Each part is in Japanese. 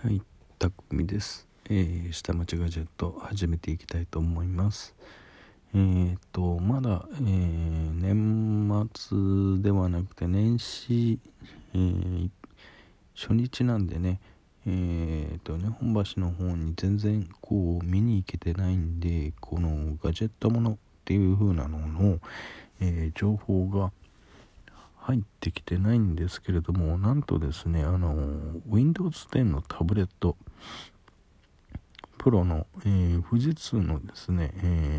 はい、たくみです。下町ガジェット始めていきたいと思います。まだ、年末ではなくて年始、初日なんでね、日本橋の方に全然こう見に行けてないんで、このガジェットものっていう風なのの、情報が入ってきてないんですけれども、なんとですね、Windows 10のタブレットプロの、富士通のですね、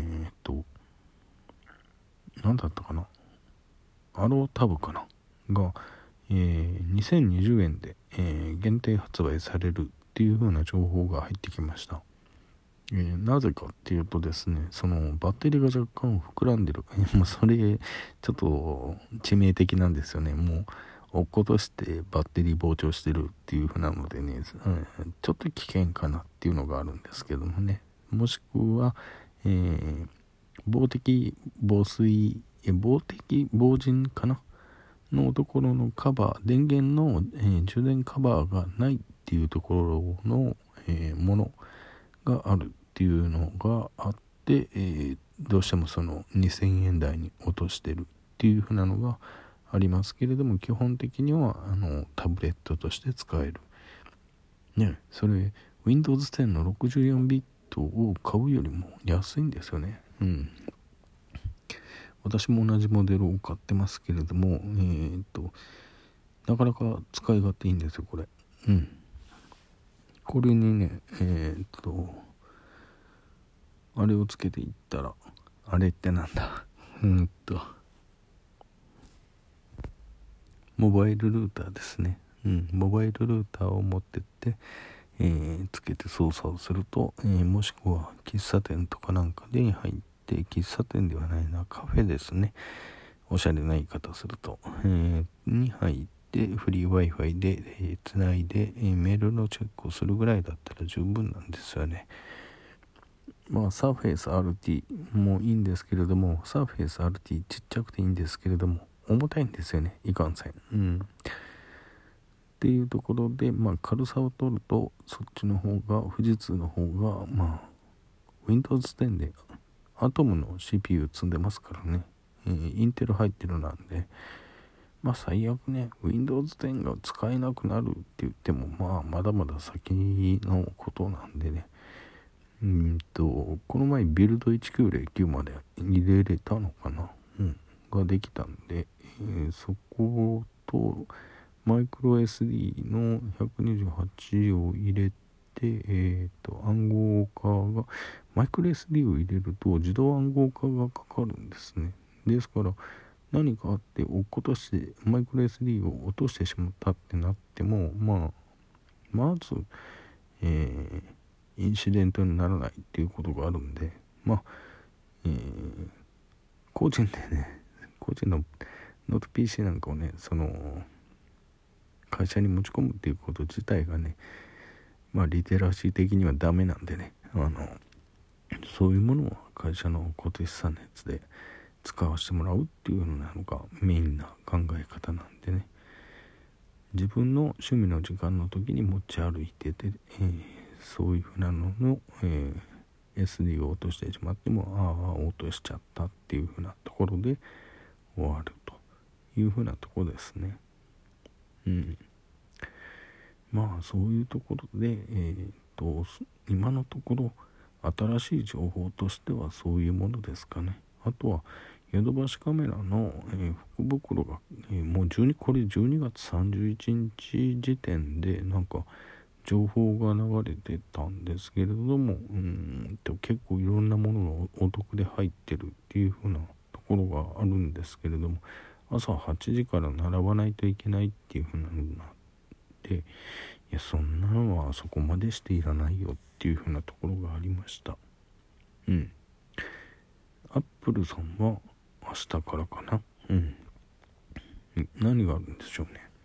何だったかな、アロータブかなが、2020円で、限定発売されるっていう風な情報が入ってきました。なぜかっていうとですね、そのバッテリーが若干膨らんでるもうそれちょっと致命的なんですよね。もう落っことしてバッテリー膨張してるっていう風なのでね、ちょっと危険かなっていうのがあるんですけどもね、もしくは、防滴防水防滴防塵かなのところのカバー、電源の、充電カバーがないっていうところの、ものがあるっていうのがあって、どうしてもその2000円台に落としてるっていう風なのがありますけれども、基本的にはタブレットとして使えるね。それ Windows 10の64ビットを買うよりも安いんですよね。私も同じモデルを買ってますけれども、なかなか使い勝手いいんですよこれ。これにね、あれをつけていったら、あれってなんだモバイルルーターですね。モバイルルーターを持ってって、つけて操作をすると、もしくは喫茶店とかなんかで入って、喫茶店ではないな、カフェですね、おしゃれな言い方すると、に入ってフリー Wi-Fi で、つないで、メールのチェックをするぐらいだったら十分なんですよね。サーフェイス RT もいいんですけれども、サーフェイス RT ちっちゃくていいんですけれども重たいんですよね、いかんせん。っていうところで、軽さを取るとそっちの方が、富士通の方がWindows 10でアトムの CPU 積んでますからね、インテル入ってるなんで、最悪ね Windows 10が使えなくなるって言ってもまだまだ先のことなんでね。この前ビルド1909まで入れれたのかな、ができたんで、そことマイクロ SD の128を入れて、暗号化が、マイクロ SD を入れると自動暗号化がかかるんですね。ですから何かあって落っことしてマイクロ SD を落としてしまったってなっても、まず、インシデントにならないっていうことがあるんで、個人のノート PC なんかをね、その会社に持ち込むっていうこと自体がね、リテラシー的にはダメなんでね、そういうものを会社の固定資産のやつで使わせてもらうっていうのがメインな考え方なんでね、自分の趣味の時間の時に持ち歩いてて、そういうふうなのの、SD を落としてしまっても、落としちゃったっていうふうなところで終わるというふうなところですね。そういうところで、今のところ新しい情報としてはそういうものですかね。あとはヨドバシカメラの、福袋が、もうこれ12月31日時点でなんか情報が流れてたんですけれども、結構いろんなものがお得で入ってるっていう風なところがあるんですけれども、朝8時から並ばないといけないっていう風なのがあって、いやそんなのはそこまでしていらないよっていう風なところがありました。アップルさんは明日からかな。何があるんでしょうね。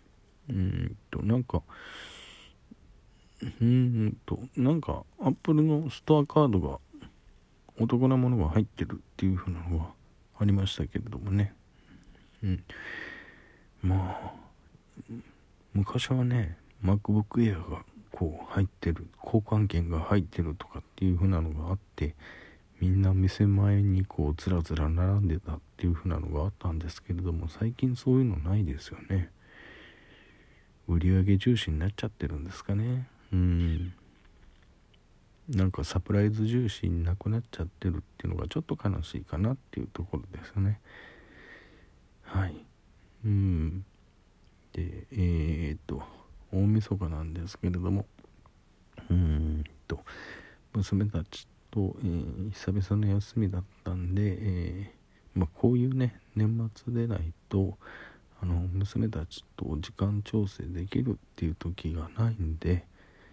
なんかアップルのストアカードがお得なものが入ってるっていう風なのがありましたけれどもね。昔はね MacBook Air がこう入ってる、交換券が入ってるとかっていう風なのがあって、みんな店前にこうずらずら並んでたっていう風なのがあったんですけれども、最近そういうのないですよね。売り上げ重視になっちゃってるんですかね。なんかサプライズ重視になくなっちゃってるっていうのがちょっと悲しいかなっていうところですね。はい。で大晦日なんですけれども、娘たちと、久々の休みだったんで、こういうね年末でないと娘たちと時間調整できるっていう時がないんで、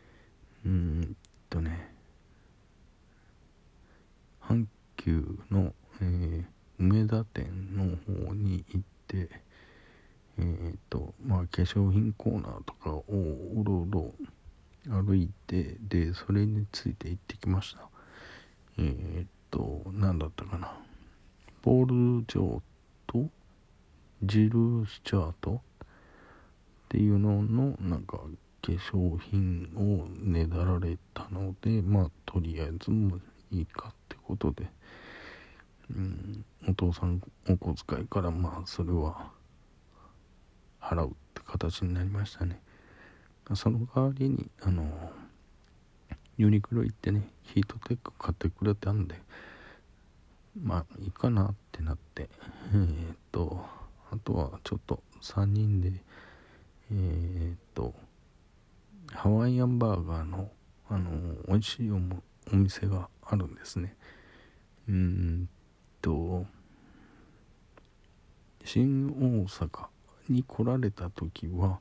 阪急の、梅田店の方に行って、化粧品コーナーとかをうろうろ歩いて、でそれについて行ってきました。何だったかな、ポール・ジョーとジル・スチャートっていうののなんか化粧品をねだられたので、とりあえずもいいかってことで、お父さんお小遣いからそれは払うって形になりましたね。その代わりにユニクロ行ってねヒートテック買ってくれたんで、いいかなってなって、あとはちょっと3人でハワイアンバーガーの美味しいお店があるんですね。新大阪に来られた時は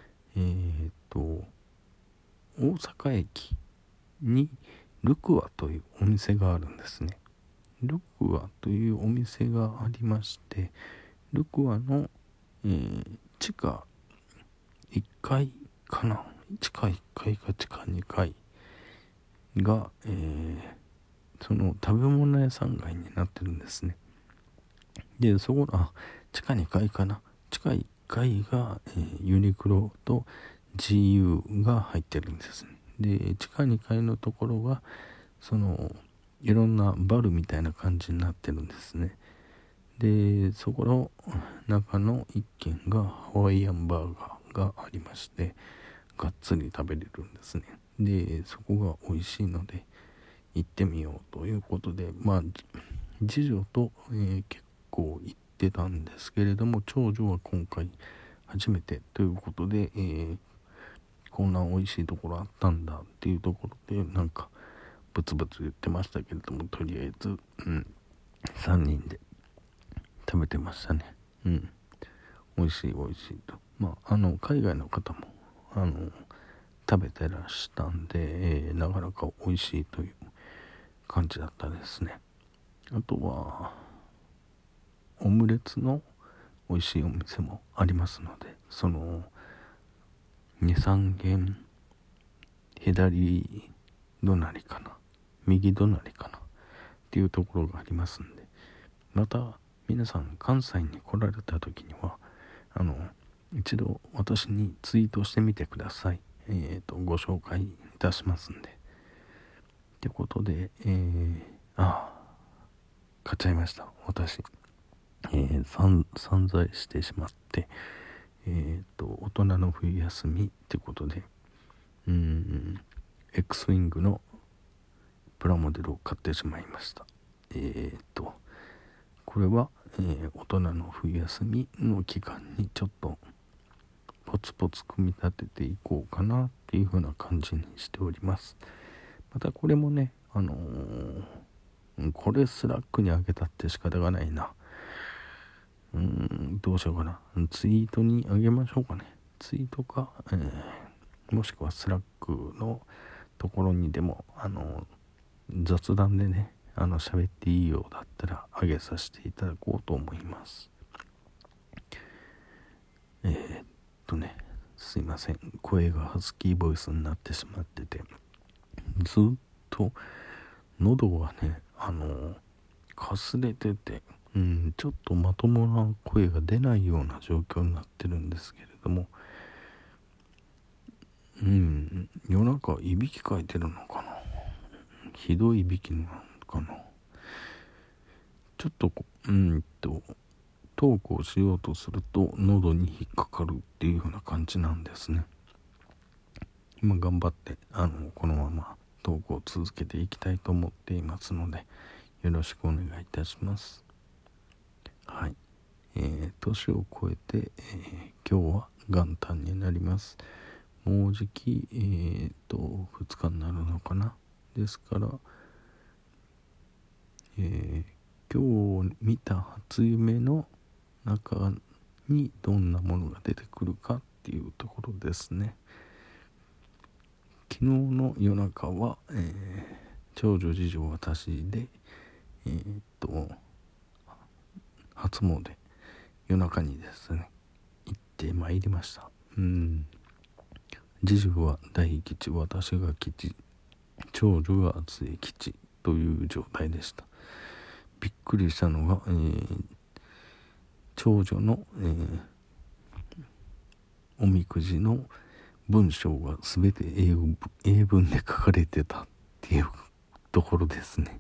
大阪駅にルクアというお店があるんですね。ルクアというお店がありまして、ルクアの、地下1階かな、地下1階か地下2階が、その食べ物屋さん街になってるんですね。でそこ地下2階かな、地下1階が、ユニクロと GU が入ってるんですね。で地下2階のところはそのいろんなバルみたいな感じになってるんですね。でそこの中の一軒がハワイアンバーガーがありまして、がっつり食べれるんですね。でそこが美味しいので行ってみようということで、次女と、結構行ってたんですけれども、長女は今回初めてということで、こんな美味しいところあったんだっていうところでなんかブツブツ言ってましたけれども、とりあえず、3人で食べてましたね。美味しいと。海外の方も食べてらしたんで、なかなか美味しいという感じだったですね。あとはオムレツの美味しいお店もありますので、その 2,3 軒左隣かな右隣かなっていうところがありますんで、また皆さん関西に来られた時には一度私にツイートしてみてください。ご紹介いたしますんで。ってことで、買っちゃいました私。散財してしまって、大人の冬休みってことでX ウィングのプラモデルを買ってしまいました。これは、大人の冬休みの期間にちょっとポツポツ組み立てていこうかなっていう風な感じにしております。またこれもねこれスラックにあげたって仕方がないな。どうしようかな、ツイートにあげましょうかね。ツイートか、もしくはスラックのところにでも雑談でね喋っていいようだったらあげさせていただこうと思います。すいません、声がハスキーボイスになってしまってて、ずっと喉がねかすれてて、ちょっとまともな声が出ないような状況になってるんですけれども、夜中かいびきかいてるのかな、ひどいいびきなのかな。ちょっとトークをしようとすると喉に引っかかるっていう風な感じなんですね。今頑張ってこのままトークを続けていきたいと思っていますので、よろしくお願いいたします。はい。年を超えて、今日は元旦になります。もうじき2日になるのかな。ですから、今日見た初夢の中にどんなものが出てくるかっていうところですね。昨日の夜中は、長女次女私で初詣夜中にですね行ってまいりました。次女は大吉、私が吉、長女が末吉という状態でした。びっくりしたのが、長女の、おみくじの文章が全て英文で書かれてたっていうところですね。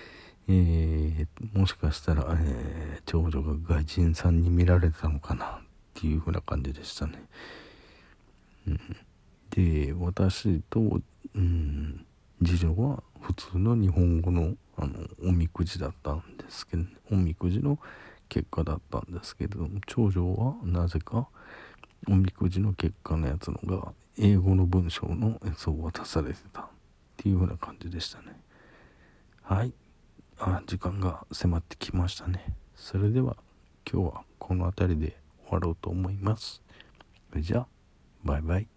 もしかしたら、長女が外人さんに見られたのかなっていう風な感じでしたね。で、私と、次女は普通の日本語のおみくじだったんですけど、おみくじの結果だったんですけれども、長女はなぜかおみくじの結果のやつのが英語の文章のやつを渡されてたっていう風な感じでしたね。はい。時間が迫ってきましたね。それでは今日はこの辺りで終わろうと思います。それじゃあバイバイ。